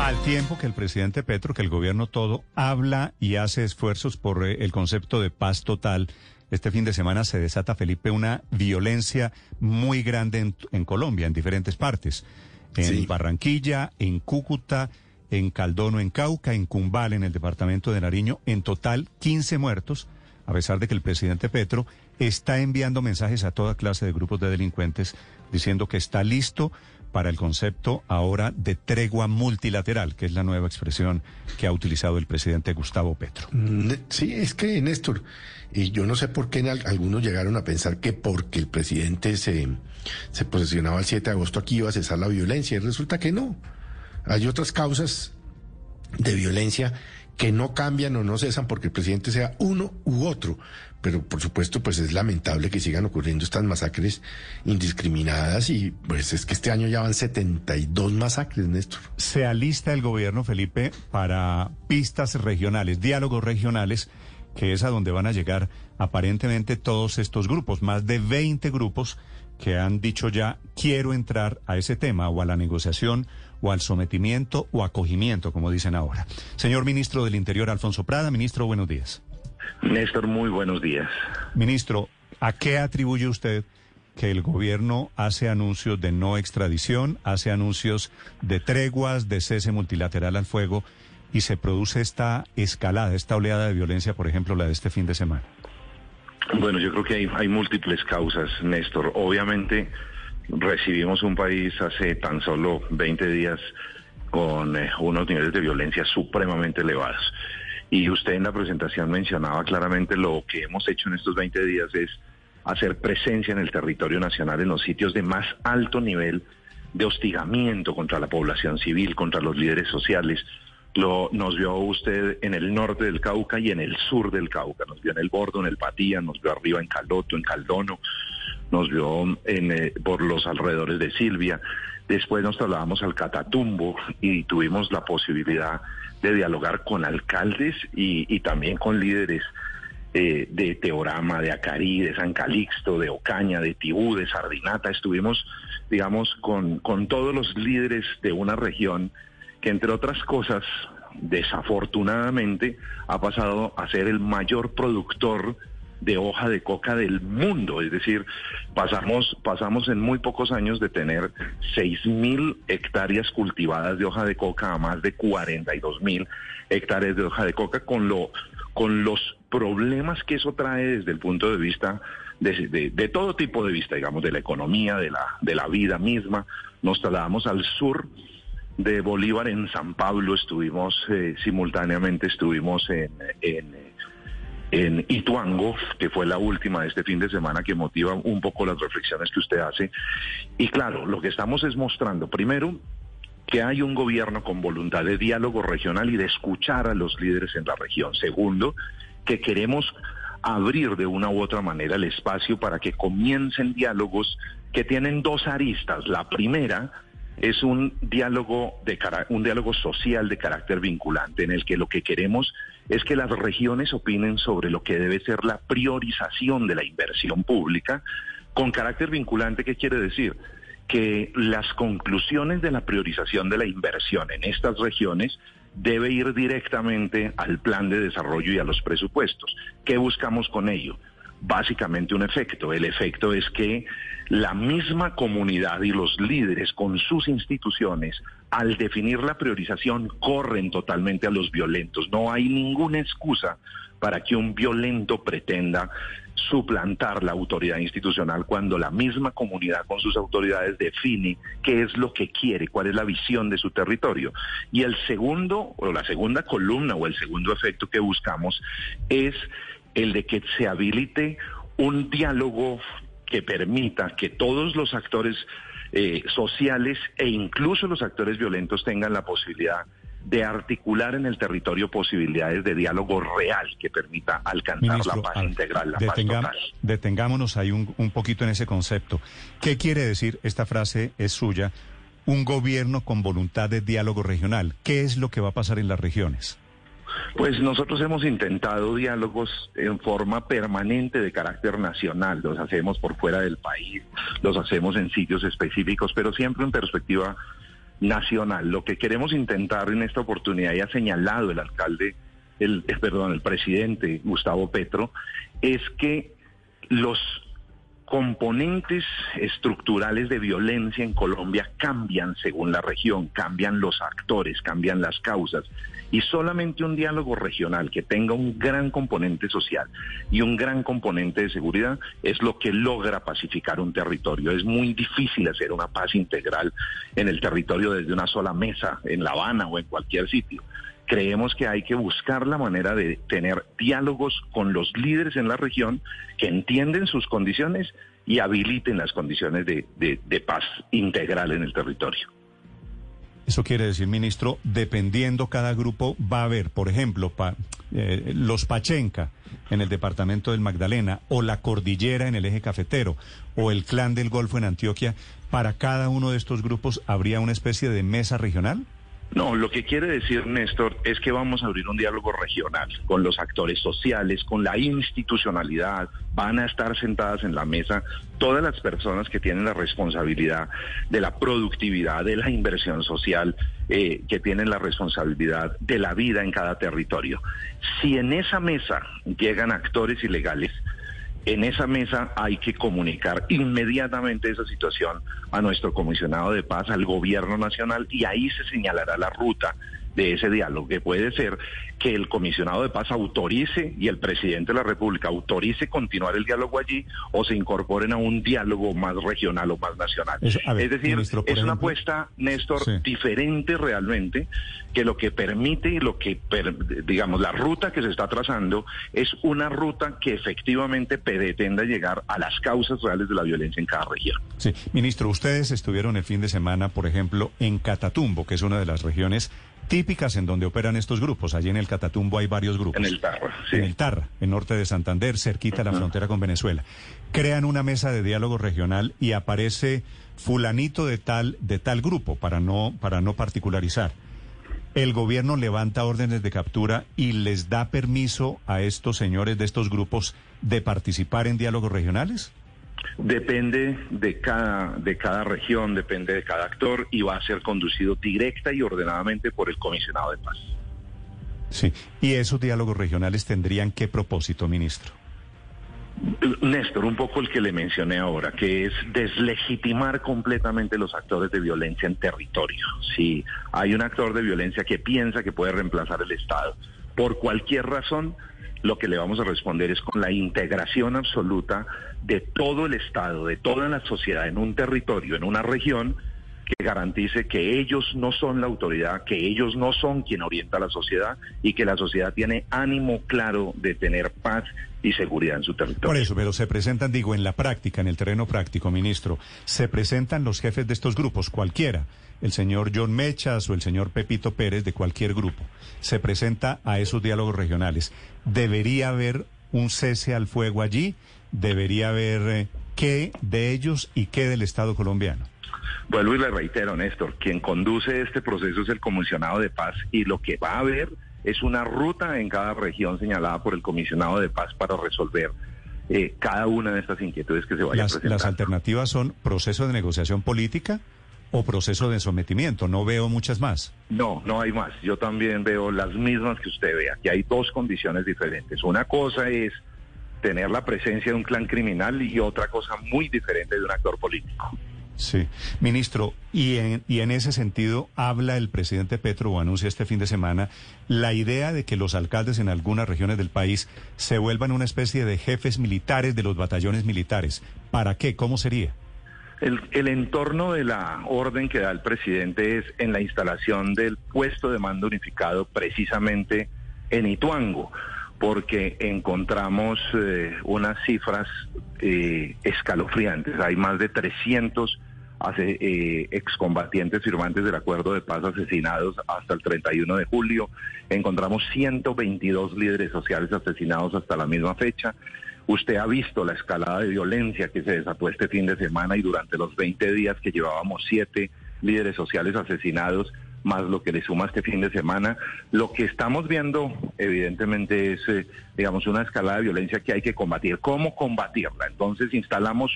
Al tiempo que el presidente Petro, que el gobierno todo, habla y hace esfuerzos por el concepto de paz total, este fin de semana se desata, Felipe, una violencia muy grande en Colombia, en diferentes partes. En Barranquilla, en Cúcuta, en Caldono, en Cauca, en Cumbal, en el departamento de Nariño. En total, 15 muertos, a pesar de que el presidente Petro está enviando mensajes a toda clase de grupos de delincuentes diciendo que está listo para el concepto ahora de tregua multilateral, que es la nueva expresión que ha utilizado el presidente Gustavo Petro. Sí, es que, Néstor, yo no sé por qué algunos llegaron a pensar que porque el presidente se posicionaba el 7 de agosto aquí iba a cesar la violencia, y resulta que no. Hay otras causas de violencia que no cambian o no cesan porque el presidente sea uno u otro. Pero, por supuesto, pues es lamentable que sigan ocurriendo estas masacres indiscriminadas y pues es que este año ya van 72 masacres, Néstor. Se alista el gobierno, Felipe, para pistas regionales, diálogos regionales, que es a donde van a llegar aparentemente todos estos grupos, más de 20 grupos que han dicho ya, quiero entrar a ese tema o a la negociación o al sometimiento o acogimiento, como dicen ahora. Señor ministro del Interior, Alfonso Prada. Ministro, buenos días. Néstor, muy buenos días. Ministro, ¿a qué atribuye usted que el gobierno hace anuncios de no extradición, hace anuncios de treguas, de cese multilateral al fuego y se produce esta escalada, esta oleada de violencia, por ejemplo, la de este fin de semana? Bueno, yo creo que hay múltiples causas, Néstor. Obviamente recibimos un país hace tan solo 20 días con unos niveles de violencia supremamente elevados. Y usted en la presentación mencionaba claramente lo que hemos hecho en estos 20 días es hacer presencia en el territorio nacional en los sitios de más alto nivel de hostigamiento contra la población civil, contra los líderes sociales. Nos vio usted en el norte del Cauca y en el sur del Cauca. Nos vio en el Bordo, en el Patía, nos vio arriba en Caloto, en Caldono, nos vio por los alrededores de Silvia. Después nos trasladamos al Catatumbo y tuvimos la posibilidad de dialogar con alcaldes y también con líderes de Teorama, de Acarí, de San Calixto, de Ocaña, de Tibú, de Sardinata. Estuvimos, digamos, con todos los líderes de una región que, entre otras cosas, desafortunadamente ha pasado a ser el mayor productor de hoja de coca del mundo. Es decir, pasamos en muy pocos años de tener 6.000 hectáreas cultivadas de hoja de coca a más de 42.000 hectáreas de hoja de coca, con los problemas que eso trae desde el punto de vista de todo tipo de vista, digamos, de la economía, de la vida misma. Nos trasladamos al sur de Bolívar, en San Pablo, simultáneamente estuvimos en Ituango, que fue la última de este fin de semana, que motiva un poco las reflexiones que usted hace. Y claro, lo que estamos es mostrando, primero, que hay un gobierno con voluntad de diálogo regional y de escuchar a los líderes en la región. Segundo, que queremos abrir de una u otra manera el espacio para que comiencen diálogos que tienen dos aristas. La primera es un diálogo social de carácter vinculante, en el que lo que queremos es que las regiones opinen sobre lo que debe ser la priorización de la inversión pública con carácter vinculante. ¿Qué quiere decir? Que las conclusiones de la priorización de la inversión en estas regiones debe ir directamente al plan de desarrollo y a los presupuestos. ¿Qué buscamos con ello? Básicamente un efecto. El efecto es que la misma comunidad y los líderes con sus instituciones, al definir la priorización, corren totalmente a los violentos. No hay ninguna excusa para que un violento pretenda suplantar la autoridad institucional cuando la misma comunidad con sus autoridades define qué es lo que quiere, cuál es la visión de su territorio. Y el segundo, o la segunda columna, o el segundo efecto que buscamos es el de que se habilite un diálogo que permita que todos los actores sociales e incluso los actores violentos tengan la posibilidad de articular en el territorio posibilidades de diálogo real que permita alcanzar, ministro, la paz integral, la paz total. Detengámonos ahí un poquito en ese concepto. ¿Qué quiere decir? Esta frase es suya, un gobierno con voluntad de diálogo regional. ¿Qué es lo que va a pasar en las regiones? Pues nosotros hemos intentado diálogos en forma permanente de carácter nacional. Los hacemos por fuera del país, los hacemos en sitios específicos, pero siempre en perspectiva nacional. Lo que queremos intentar en esta oportunidad, y ha señalado el presidente Gustavo Petro, es que los componentes estructurales de violencia en Colombia cambian según la región, cambian los actores, cambian las causas, y solamente un diálogo regional que tenga un gran componente social y un gran componente de seguridad es lo que logra pacificar un territorio. Es muy difícil hacer una paz integral en el territorio desde una sola mesa, en La Habana o en cualquier sitio. Creemos que hay que buscar la manera de tener diálogos con los líderes en la región que entienden sus condiciones y habiliten las condiciones de paz integral en el territorio. Eso quiere decir, ministro, dependiendo cada grupo, va a haber, por ejemplo, los Pachenca en el departamento del Magdalena, o la Cordillera en el eje cafetero, o el Clan del Golfo en Antioquia. ¿Para cada uno de estos grupos habría una especie de mesa regional? No, lo que quiere decir, Néstor, es que vamos a abrir un diálogo regional con los actores sociales, con la institucionalidad. Van a estar sentadas en la mesa todas las personas que tienen la responsabilidad de la productividad, de la inversión social, que tienen la responsabilidad de la vida en cada territorio. Si en esa mesa llegan actores ilegales, en esa mesa hay que comunicar inmediatamente esa situación a nuestro comisionado de paz, al gobierno nacional, y ahí se señalará la ruta de ese diálogo, que puede ser que el comisionado de paz autorice y el presidente de la República autorice continuar el diálogo allí, o se incorporen a un diálogo más regional o más nacional. Eso, ver, es decir, ministro, es una apuesta, Néstor, sí, diferente realmente, que lo que permite y lo que, digamos, la ruta que se está trazando es una ruta que efectivamente pretenda llegar a las causas reales de la violencia en cada región. Sí, ministro, ustedes estuvieron el fin de semana, por ejemplo, en Catatumbo, que es una de las regiones típicas en donde operan estos grupos. Allí en el Catatumbo hay varios grupos. En el Tarra, sí. En el Tarra, en norte de Santander, cerquita de la frontera con Venezuela. Crean una mesa de diálogo regional y aparece fulanito de tal grupo, para no particularizar. El gobierno levanta órdenes de captura y les da permiso a estos señores de estos grupos de participar en diálogos regionales. Depende de cada región, depende de cada actor, y va a ser conducido directa y ordenadamente por el comisionado de paz. Sí, ¿y esos diálogos regionales tendrían qué propósito, ministro? Néstor, un poco el que le mencioné ahora, que es deslegitimar completamente los actores de violencia en territorio. Si hay un actor de violencia que piensa que puede reemplazar el Estado por cualquier razón, lo que le vamos a responder es con la integración absoluta de todo el Estado, de toda la sociedad en un territorio, en una región, que garantice que ellos no son la autoridad, que ellos no son quien orienta a la sociedad, y que la sociedad tiene ánimo claro de tener paz y seguridad en su territorio. Por eso, pero se presentan, digo, en la práctica, en el terreno práctico, ministro, se presentan los jefes de estos grupos, cualquiera, el señor John Mechas o el señor Pepito Pérez de cualquier grupo, se presenta a esos diálogos regionales. ¿Debería haber un cese al fuego allí? ¿Debería haber qué de ellos y qué del Estado colombiano? Vuelvo y le reitero, Néstor, quien conduce este proceso es el comisionado de paz, y lo que va a haber es una ruta en cada región señalada por el comisionado de paz para resolver cada una de estas inquietudes que se vayan presentando. Las alternativas son proceso de negociación política o proceso de sometimiento. No veo muchas más. No hay más. Yo también veo las mismas que usted ve. Aquí hay dos condiciones diferentes. Una cosa es tener la presencia de un clan criminal, y otra cosa muy diferente de un actor político. Sí, ministro, y en ese sentido habla el presidente Petro, o anuncia este fin de semana, la idea de que los alcaldes en algunas regiones del país se vuelvan una especie de jefes militares de los batallones militares. ¿Para qué? ¿Cómo sería? El entorno de la orden que da el presidente es en la instalación del puesto de mando unificado precisamente en Ituango, porque encontramos unas cifras escalofriantes. Hay más de 300 excombatientes firmantes del acuerdo de paz asesinados hasta el 31 de julio. Encontramos 122 líderes sociales asesinados hasta la misma fecha. Usted ha visto la escalada de violencia que se desató este fin de semana, y durante los 20 días que llevábamos 7 líderes sociales asesinados, más lo que le suma este fin de semana. Lo que estamos viendo, evidentemente, es, digamos, una escalada de violencia que hay que combatir. ¿Cómo combatirla? Entonces instalamos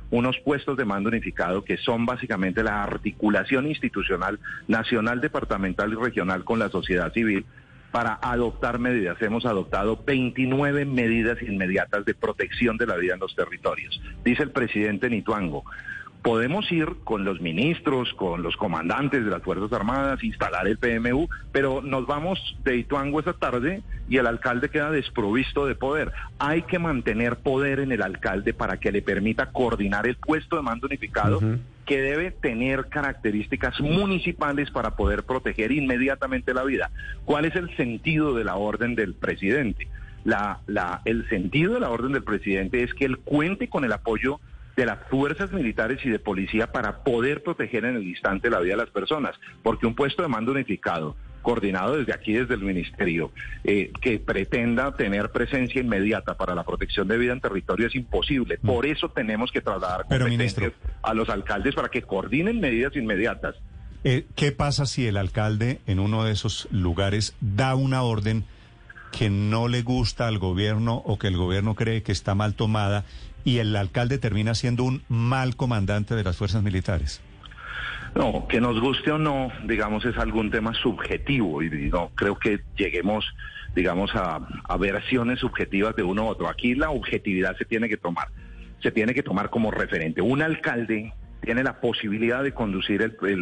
unos puestos de mando unificado que son básicamente la articulación institucional nacional, departamental y regional con la sociedad civil para adoptar medidas. Hemos adoptado 29 medidas inmediatas de protección de la vida en los territorios. Dice el presidente en Ituango, podemos ir con los ministros, con los comandantes de las Fuerzas Armadas, instalar el PMU, pero nos vamos de Ituango esta tarde y el alcalde queda desprovisto de poder. Hay que mantener poder en el alcalde para que le permita coordinar el puesto de mando unificado, que debe tener características municipales para poder proteger inmediatamente la vida. ¿Cuál es el sentido de la orden del presidente? El sentido de la orden del presidente es que él cuente con el apoyo de las fuerzas militares y de policía para poder proteger en el instante la vida de las personas, porque un puesto de mando unificado, coordinado desde aquí, desde el ministerio, que pretenda tener presencia inmediata para la protección de vida en territorio es imposible. Por eso tenemos que trasladar competencias a los alcaldes para que coordinen medidas inmediatas. ¿Qué pasa si el alcalde en uno de esos lugares da una orden que no le gusta al gobierno o que el gobierno cree que está mal tomada y el alcalde termina siendo un mal comandante de las fuerzas militares? No, que nos guste o no, digamos, es algún tema subjetivo y no creo que lleguemos, digamos, a versiones subjetivas de uno u otro. Aquí la objetividad se tiene que tomar como referente. Un alcalde tiene la posibilidad de conducir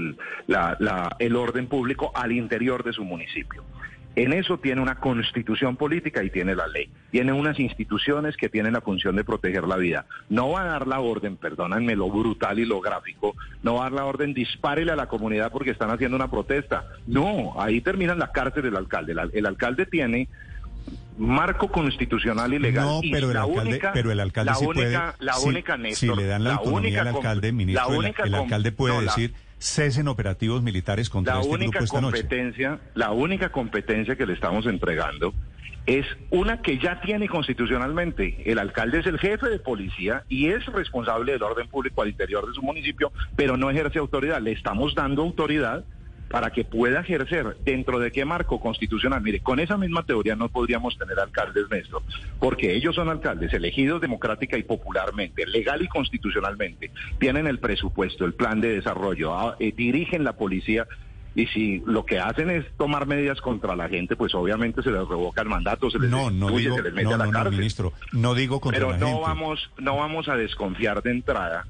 el orden público al interior de su municipio. En eso tiene una constitución política y tiene la ley. Tiene unas instituciones que tienen la función de proteger la vida. No va a dar la orden, perdónenme lo brutal y lo gráfico, no va a dar la orden, dispárele a la comunidad porque están haciendo una protesta. No, ahí termina en la cárcel del alcalde. El alcalde tiene marco constitucional y legal. No, pero el alcalde sí puede. Néstor, si le dan la autonomía al alcalde, ministro, el alcalde puede decir: cesen operativos militares contra este grupo esta noche. La única competencia que le estamos entregando es una que ya tiene constitucionalmente. El alcalde es el jefe de policía y es responsable del orden público al interior de su municipio, pero no ejerce autoridad. Le estamos dando autoridad para que pueda ejercer. ¿Dentro de qué marco constitucional? Mire, con esa misma teoría no podríamos tener alcaldes, Néstor, porque ellos son alcaldes elegidos democrática y popularmente, legal y constitucionalmente, tienen el presupuesto, el plan de desarrollo, dirigen la policía, y si lo que hacen es tomar medidas contra la gente, pues obviamente se les revoca el mandato, se les excluye, se les mete a la cárcel. Ministro, no digo contra la gente. Pero no vamos a desconfiar de entrada,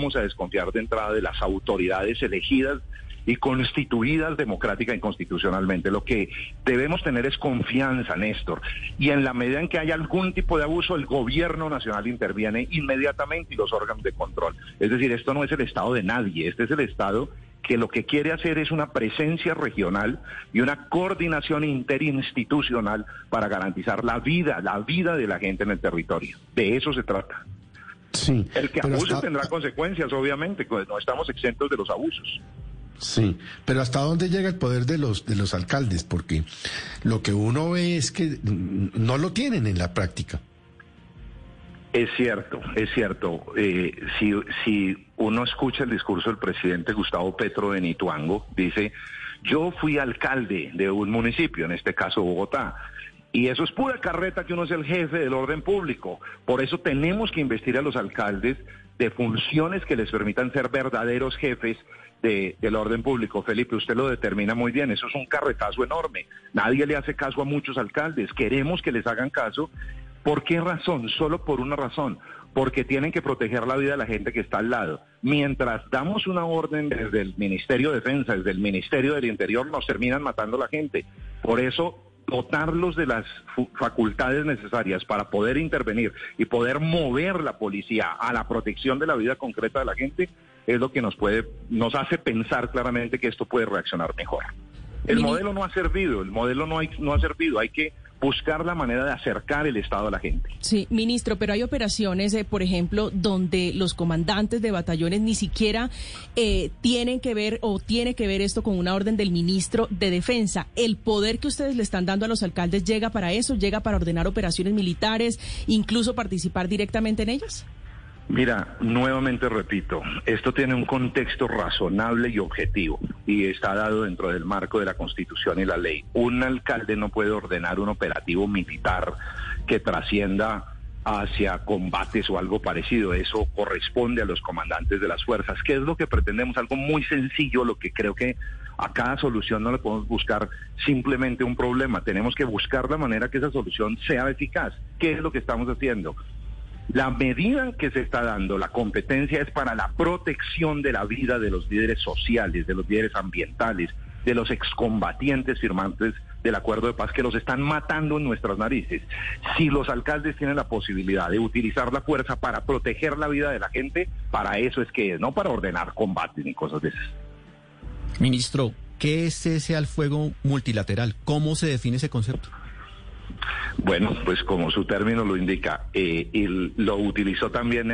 de las autoridades elegidas y constituidas democrática y constitucionalmente. Lo que debemos tener es confianza, Néstor, y en la medida en que haya algún tipo de abuso, el gobierno nacional interviene inmediatamente y los órganos de control. Es decir, esto no es el Estado de nadie, este es el Estado que lo que quiere hacer es una presencia regional y una coordinación interinstitucional para garantizar la vida de la gente en el territorio. De eso se trata. Sí, el que abuse tendrá consecuencias, obviamente, pues no estamos exentos de los abusos. Sí, pero ¿hasta dónde llega el poder de los alcaldes? Porque lo que uno ve es que no lo tienen en la práctica. Es cierto. Si uno escucha el discurso del presidente Gustavo Petro en Ituango, dice: yo fui alcalde de un municipio, en este caso Bogotá, y eso es pura carreta que uno es el jefe del orden público. Por eso tenemos que investir a los alcaldes de funciones que les permitan ser verdaderos jefes del orden público. Felipe, usted lo determina muy bien, eso es un carretazo enorme. Nadie le hace caso a muchos alcaldes, queremos que les hagan caso. ¿Por qué razón? Solo por una razón, porque tienen que proteger la vida de la gente que está al lado. Mientras damos una orden desde el Ministerio de Defensa, desde el Ministerio del Interior, nos terminan matando la gente. Por eso, dotarlos de las facultades necesarias para poder intervenir y poder mover la policía a la protección de la vida concreta de la gente es lo que nos hace pensar claramente que esto puede reaccionar mejor. El modelo no ha servido, hay que buscar la manera de acercar el Estado a la gente. Sí, ministro, pero hay operaciones, por ejemplo, donde los comandantes de batallones ni siquiera tienen que ver o tiene que ver esto con una orden del ministro de Defensa. ¿El poder que ustedes le están dando a los alcaldes llega para eso? ¿Llega para ordenar operaciones militares, incluso participar directamente en ellas? Mira, nuevamente repito, esto tiene un contexto razonable y objetivo y está dado dentro del marco de la Constitución y la ley. Un alcalde no puede ordenar un operativo militar que trascienda hacia combates o algo parecido. Eso corresponde a los comandantes de las fuerzas. ¿Qué es lo que pretendemos? Algo muy sencillo, lo que creo que a cada solución no le podemos buscar simplemente un problema. Tenemos que buscar la manera que esa solución sea eficaz. ¿Qué es lo que estamos haciendo? La medida que se está dando, la competencia, es para la protección de la vida de los líderes sociales, de los líderes ambientales, de los excombatientes firmantes del acuerdo de paz que los están matando en nuestras narices. Si los alcaldes tienen la posibilidad de utilizar la fuerza para proteger la vida de la gente, para eso es que es, no para ordenar combates ni cosas de esas. Ministro, ¿qué es cese al fuego multilateral? ¿Cómo se define ese concepto? Bueno, pues como su término lo indica, lo utilizó también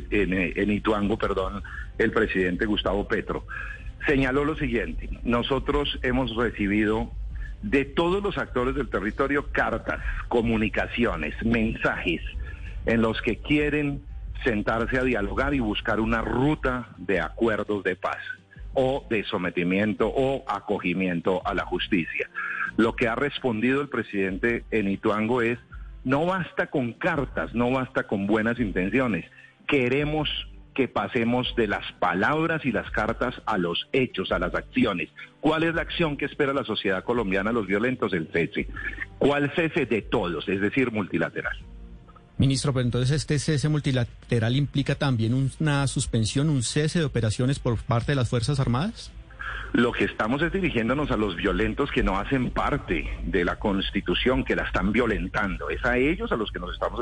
en Ituango, el presidente Gustavo Petro. Señaló lo siguiente: nosotros hemos recibido de todos los actores del territorio cartas, comunicaciones, mensajes en los que quieren sentarse a dialogar y buscar una ruta de acuerdos de paz o de sometimiento o acogimiento a la justicia. Lo que ha respondido el presidente en Ituango es: no basta con cartas, no basta con buenas intenciones, queremos que pasemos de las palabras y las cartas a los hechos, a las acciones. ¿Cuál es la acción que espera la sociedad colombiana a los violentos? El cese. ¿Cuál cese? De todos, es decir, multilateral. Ministro, pero entonces este cese multilateral implica también una suspensión, un cese de operaciones por parte de las Fuerzas Armadas. Lo que estamos es dirigiéndonos a los violentos que no hacen parte de la Constitución, que la están violentando. Es a ellos a los que nos estamos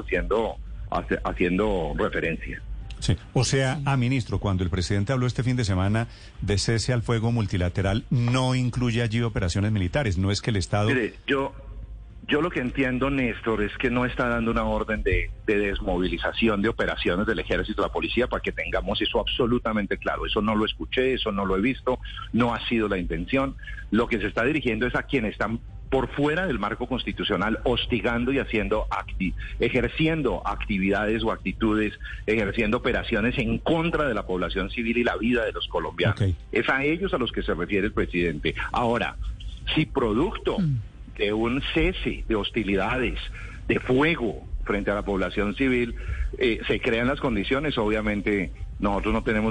haciendo referencia. Sí. O sea, ministro, cuando el presidente habló este fin de semana de cese al fuego multilateral, no incluye allí operaciones militares, no es que el Estado... Mire, yo lo que entiendo, Néstor, es que no está dando una orden de desmovilización de operaciones del ejército y la policía, para que tengamos eso absolutamente claro. Eso no lo escuché, eso no lo he visto, no ha sido la intención. Lo que se está dirigiendo es a quienes están por fuera del marco constitucional, hostigando y ejerciendo actividades o actitudes, ejerciendo operaciones en contra de la población civil y la vida de los colombianos. Okay. Es a ellos a los que se refiere el presidente. Ahora, si producto de un cese de hostilidades, de fuego frente a la población civil, se crean las condiciones, obviamente nosotros no tenemos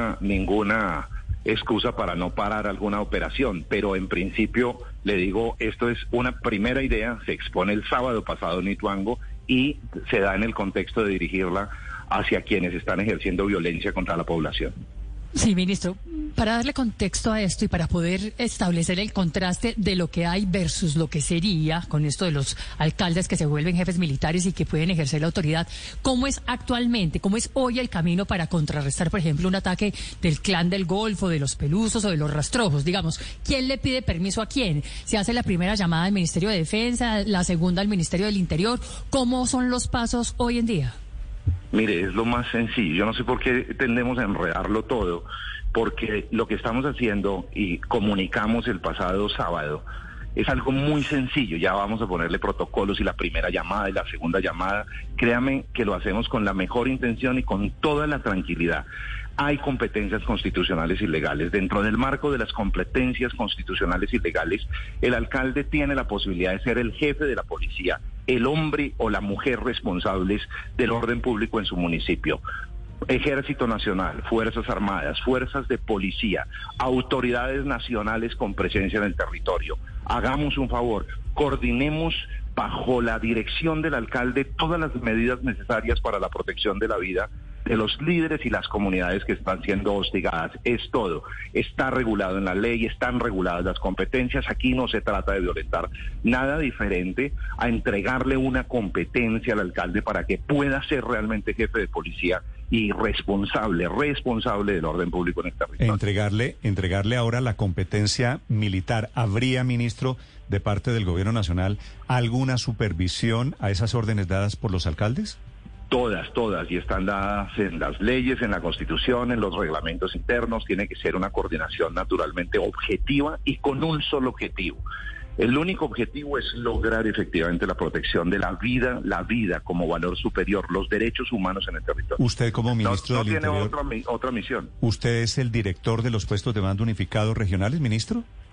ninguna excusa para no parar alguna operación, pero en principio, le digo, esto es una primera idea, se expone el sábado pasado en Ituango y se da en el contexto de dirigirla hacia quienes están ejerciendo violencia contra la población. Sí, ministro, para darle contexto a esto y para poder establecer el contraste de lo que hay versus lo que sería con esto de los alcaldes que se vuelven jefes militares y que pueden ejercer la autoridad, ¿cómo es actualmente, cómo es hoy el camino para contrarrestar, por ejemplo, un ataque del Clan del Golfo, de los Pelusos o de los Rastrojos? Digamos, ¿quién le pide permiso a quién? ¿Se hace la primera llamada al Ministerio de Defensa, la segunda al Ministerio del Interior? ¿Cómo son los pasos hoy en día? Mire, es lo más sencillo. Yo no sé por qué tendemos a enredarlo todo, porque lo que estamos haciendo y comunicamos el pasado sábado es algo muy sencillo. Ya vamos a ponerle protocolos y la primera llamada y la segunda llamada. Créame que lo hacemos con la mejor intención y con toda la tranquilidad. Hay competencias constitucionales y legales. Dentro del marco de las competencias constitucionales y legales, el alcalde tiene la posibilidad de ser el jefe de la policía, el hombre o la mujer responsables del orden público en su municipio. Ejército Nacional, Fuerzas Armadas, Fuerzas de Policía, autoridades nacionales con presencia en el territorio. Hagamos un favor, coordinemos bajo la dirección del alcalde todas las medidas necesarias para la protección de la vida de los líderes y las comunidades que están siendo hostigadas. Es todo. Está regulado en la ley, están reguladas las competencias. Aquí no se trata de violentar nada diferente a entregarle una competencia al alcalde para que pueda ser realmente jefe de policía y responsable del orden público en el territorio. Entregarle ahora la competencia militar. ¿Habría, ministro, de parte del gobierno nacional, alguna supervisión a esas órdenes dadas por los alcaldes? Todas, y están dadas en las leyes, en la Constitución, en los reglamentos internos. Tiene que ser una coordinación naturalmente objetiva y con un solo objetivo. El único objetivo es lograr efectivamente la protección de la vida como valor superior, los derechos humanos en el territorio. Usted como ministro del Interior... No tiene otra misión. ¿Usted es el director de los puestos de mando unificados regionales, ministro?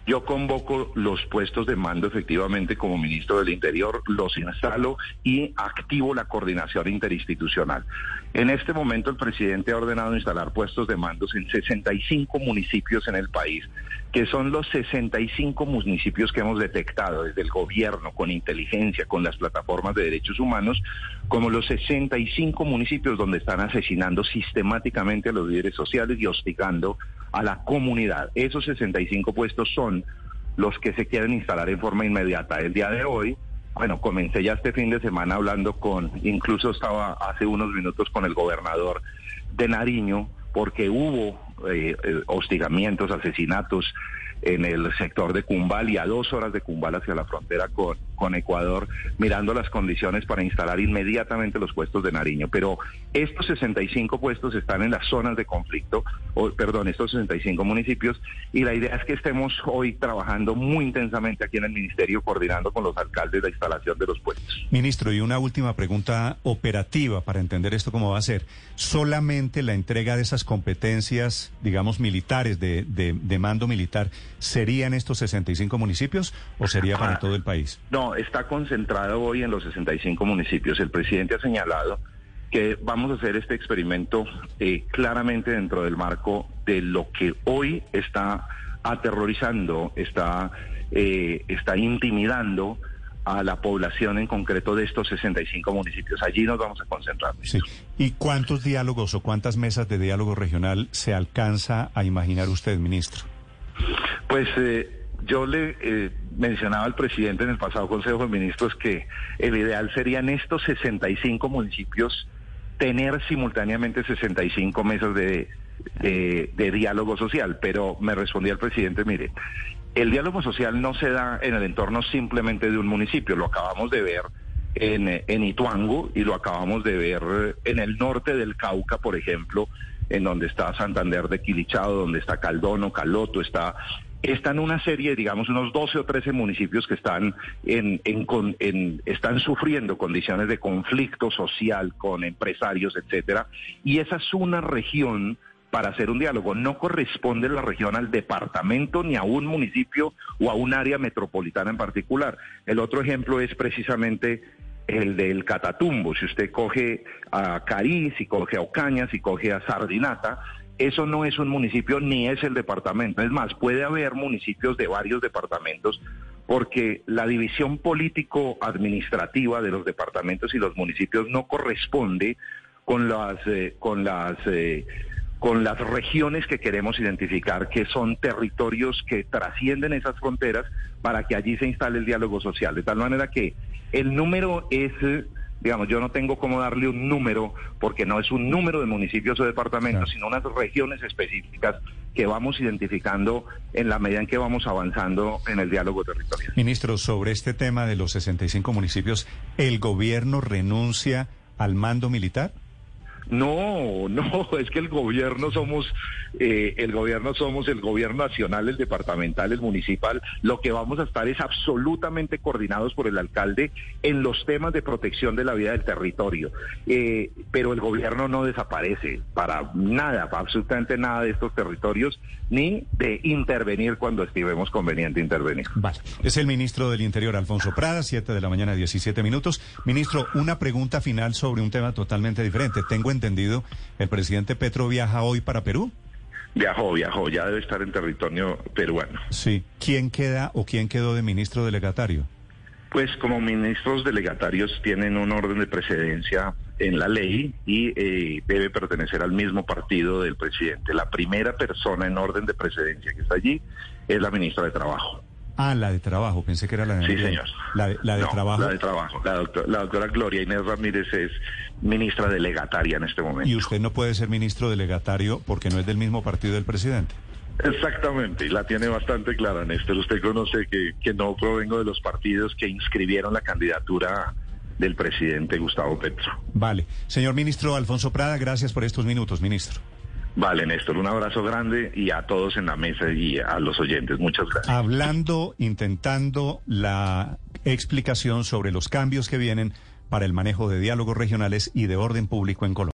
yo convoco los puestos de mando efectivamente como ministro del Interior, los instalo y activo la coordinación interinstitucional. En este momento el presidente ha ordenado instalar puestos de mandos en 65 municipios en el país, que son los 65 municipios que hemos detectado desde el gobierno, con inteligencia, con las plataformas de derechos humanos, como los 65 municipios donde están asesinando sistemáticamente a los líderes sociales y hostigando a la comunidad. Esos 65 puestos son los que se quieren instalar en forma inmediata. El día de hoy, bueno, comencé ya este fin de semana hablando incluso estaba hace unos minutos con el gobernador de Nariño, porque hubo hostigamientos, asesinatos en el sector de Cumbal y a 2 horas de Cumbal hacia la frontera con Ecuador, mirando las condiciones para instalar inmediatamente los puestos de Nariño. Pero estos 65 puestos están en las zonas de conflicto, estos 65 municipios, y la idea es que estemos hoy trabajando muy intensamente aquí en el Ministerio, coordinando con los alcaldes la instalación de los puestos. Ministro, y una última pregunta operativa para entender esto cómo va a ser. ¿Solamente la entrega de esas competencias, digamos, militares, de mando militar, sería en estos 65 municipios o sería para todo el país? No, está concentrado hoy en los 65 municipios. El presidente ha señalado que vamos a hacer este experimento claramente dentro del marco de lo que hoy está aterrorizando, está intimidando a la población en concreto de estos 65 municipios. Allí nos vamos a concentrar. Sí. ¿Y cuántos diálogos o cuántas mesas de diálogo regional se alcanza a imaginar usted, ministro? Pues yo le mencionaba al presidente en el pasado Consejo de Ministros que el ideal sería en estos 65 municipios tener simultáneamente 65 mesas de diálogo social, pero me respondía el presidente, mire, el diálogo social no se da en el entorno simplemente de un municipio, lo acabamos de ver en Ituango y lo acabamos de ver en el norte del Cauca, por ejemplo, en donde está Santander de Quilichao, donde está Caldono, Caloto, están una serie, digamos, unos 12 o 13 municipios que están están sufriendo condiciones de conflicto social con empresarios, etcétera, y esa es una región para hacer un diálogo. No corresponde la región al departamento ni a un municipio o a un área metropolitana en particular. El otro ejemplo es precisamente el del Catatumbo. Si usted coge a Carí, si coge a Ocaña, si coge a Sardinata, eso no es un municipio ni es el departamento. Es más, puede haber municipios de varios departamentos porque la división político-administrativa de los departamentos y los municipios no corresponde con las regiones que queremos identificar, que son territorios que trascienden esas fronteras para que allí se instale el diálogo social. De tal manera que el número es, digamos, yo no tengo cómo darle un número, porque no es un número de municipios o departamentos, sino unas regiones específicas que vamos identificando en la medida en que vamos avanzando en el diálogo territorial. Ministro, sobre este tema de los 65 municipios, ¿el gobierno renuncia al mando militar? No, es que el gobierno somos el gobierno nacional, el departamental, el municipal. Lo que vamos a estar es absolutamente coordinados por el alcalde en los temas de protección de la vida del territorio. Pero el gobierno no desaparece para nada, para absolutamente nada de estos territorios, ni de intervenir cuando estimemos conveniente intervenir. Vale. Es el ministro del Interior, Alfonso Prada, 7:17 a.m. Ministro, una pregunta final sobre un tema totalmente diferente. Tengo entendido, ¿el presidente Petro viaja hoy para Perú? Viajó, ya debe estar en territorio peruano. Sí. ¿Quién queda o quién quedó de ministro delegatario? Pues como ministros delegatarios tienen un orden de precedencia en la ley y debe pertenecer al mismo partido del presidente. La primera persona en orden de precedencia que está allí es la ministra de Trabajo. Ah, la de Trabajo, pensé que era la de... Sí, señor. La de Trabajo. La de Trabajo. La doctora Gloria Inés Ramírez es ministra delegataria en este momento. ¿Y usted no puede ser ministro delegatario porque no es del mismo partido del presidente? Exactamente, y la tiene bastante clara, Néstor. Usted conoce que no provengo de los partidos que inscribieron la candidatura del presidente Gustavo Petro. Vale. Señor ministro Alfonso Prada, gracias por estos minutos, ministro. Vale, Néstor, un abrazo grande y a todos en la mesa y a los oyentes. Muchas gracias. Intentando la explicación sobre los cambios que vienen para el manejo de diálogos regionales y de orden público en Colombia.